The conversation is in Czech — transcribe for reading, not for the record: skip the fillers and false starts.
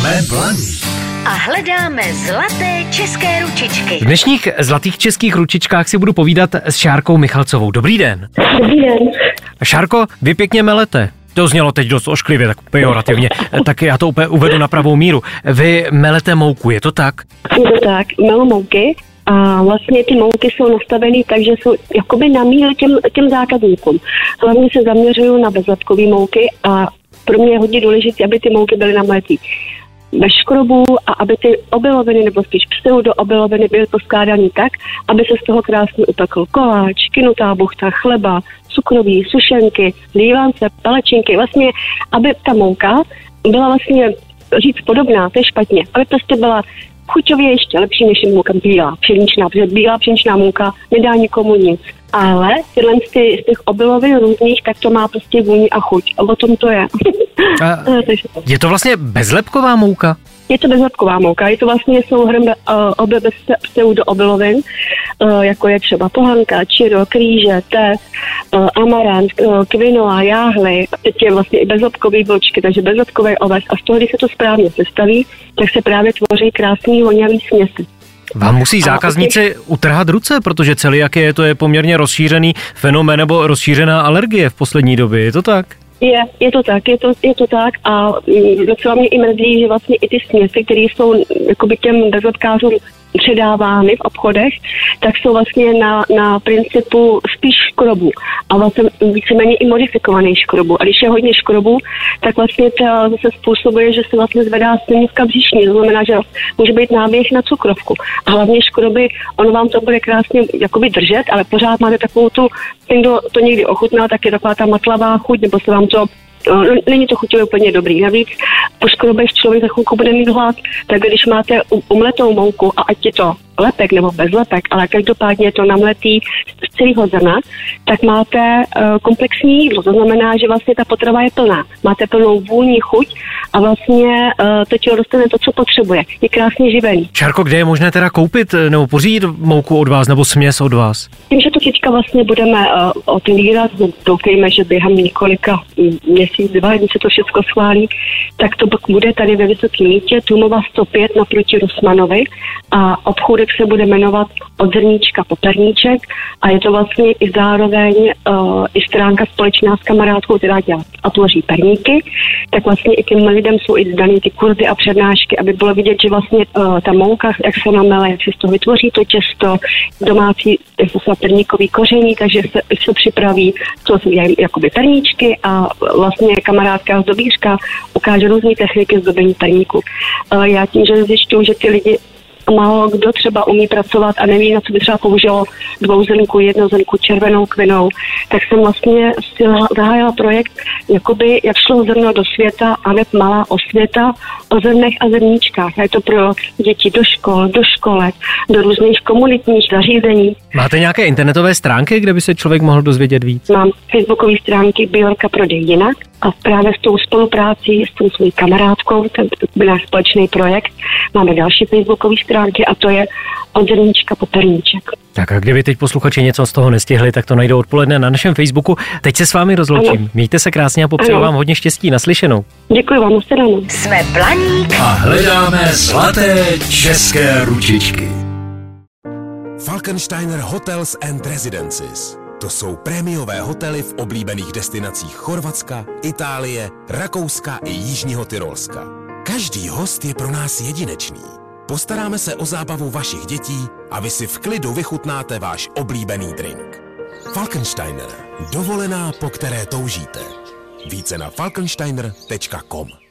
Jsme Blaník. A hledáme zlaté české ručičky. V dnešních zlatých českých ručičkách si budu povídat s Šárkou Michalcovou. Dobrý den. Dobrý den. Šárko, vy pěkně melete. To znělo teď dost ošklivě, tak pejorativně. Tak já to úplně uvedu na pravou míru. Vy melete mouku, je to tak? Je to tak, melu mouky a vlastně ty mouky jsou nastaveny tak, že jsou jakoby na míru těm zákazníkům. Hlavně se zaměřují na bezlepkové mouky a pro mě je hodně důležité, aby ty mouky byly namletý bez škrobů a aby ty obiloviny, nebo spíš pseudoobiloviny byly poskládané tak, aby se z toho krásně upekl koláč, kynutá buchta, chleba, cukroví, sušenky, lívance, palečinky. Vlastně, aby ta mouka byla vlastně říct podobná, to je špatně, aby prostě byla chuťově ještě lepší než mouka bílá pšeničná, protože bílá pšeničná mouka nedá nikomu nic. Ale tyhle z těch obilovin různých, tak to má prostě vůni a chuť. A o tom to je. Je to vlastně bezlepková mouka? Je to bezlepková mouka, je to vlastně souhrn pseudoobilovin, jako je třeba pohanka, čiro, kříže, teff, amarant, kvinoa, jáhly, teď je vlastně i bezlepkový vlčky, takže bezlepkový oves a z toho, když se to správně sestaví, tak se právě tvoří krásný voňavý směsi. Vám musí zákazníci utrhat ruce, protože celiakie to je poměrně rozšířený fenomén nebo rozšířená alergie v poslední době, je to tak? Je to tak a docela mě i mrzí, že vlastně i ty směsi, které jsou jakoby těm bezlepkářům předávány v obchodech, tak jsou vlastně na principu spíš škrobu a vlastně víceméně i modifikovaný škrobu. A když je hodně škrobu, tak vlastně to zase způsobuje, že se vlastně zvedá slinivka břišní. To znamená, že může být náběh na cukrovku. A hlavně škroby, ono vám to bude krásně jakoby držet, ale pořád máte takovou tu, ten, kdo to někdy ochutná, tak je taková ta matlavá chuť, nebo se vám to není to chuťově úplně dobrý. Navíc po škrobech člověk za chvilku bude mít hlad, tak když máte umletou mouku a ať je to lepek nebo bez lepek, ale každopádně je to namletý z celého zrna, tak máte komplexní jídlo. To znamená, že vlastně ta potrava je plná. Máte plnou vůni, chuť a vlastně to tělo dostane to, co potřebuje. Je krásně živený. Šárko, kde je možné teda koupit nebo pořídit mouku od vás nebo směs od vás? Tím, že to teďka vlastně budeme otevírat, doufejme, že během několika měsíc, 2, když se to všechno schválí, tak to bude tady ve Vysokém Mýtě, Tůmova 105 naproti Rosmanovi a obchůdek se bude jmenovat Od zrníčka po perníček a je to vlastně i zároveň i stránka společná s kamarádkou, která dělá a tvoří perníky, tak vlastně i těm lidem jsou i zdaný ty kurzy a přednášky, aby bylo vidět, že vlastně ta mouka, jak se namele, jak se z toho vytvoří to těsto, domácí perníkový koření, takže se připraví, co jsou jakoby perníčky a vlastně kamarádka zdobířka ukáže různé techniky zdobení perníku. Já tím, že zjišťuju, že ty lidi málo kdo třeba umí pracovat a neví, na co by třeba použilo dvouzrnku, jednozrnku, červenou kvinou, tak jsem vlastně zahájila projekt, jakoby, jak šlo zrno do světa a web Malá osvěta o zrnech a zrníčkách. A je to pro děti do škol, do školek, do různých komunitních zařízení. Máte nějaké internetové stránky, kde by se člověk mohl dozvědět víc? Mám facebookové stránky Bjorka prodej jinak a právě s tou spoluprácí s tou svou kamarádkou, ten byl náš společný projekt, máme další facebookové stránky a to je Od zrníčka po perníček. Tak a kdyby teď posluchači něco z toho nestihli, tak to najdou odpoledne na našem Facebooku. Teď se s vámi rozloučím. Ano. Mějte se krásně a popřeju vám hodně štěstí. Naslyšenou. Děkuji vám, nashledanou. Jsme Blaník a hledáme zlaté české ručičky. Falkensteiner Hotels and Residences. To jsou prémiové hotely v oblíbených destinacích Chorvatska, Itálie, Rakouska i Jižního Tyrolska. Každý host je pro nás jedinečný. Postaráme se o zábavu vašich dětí a vy si v klidu vychutnáte váš oblíbený drink. Falkensteiner. Dovolená, po které toužíte. Více na falkensteiner.com.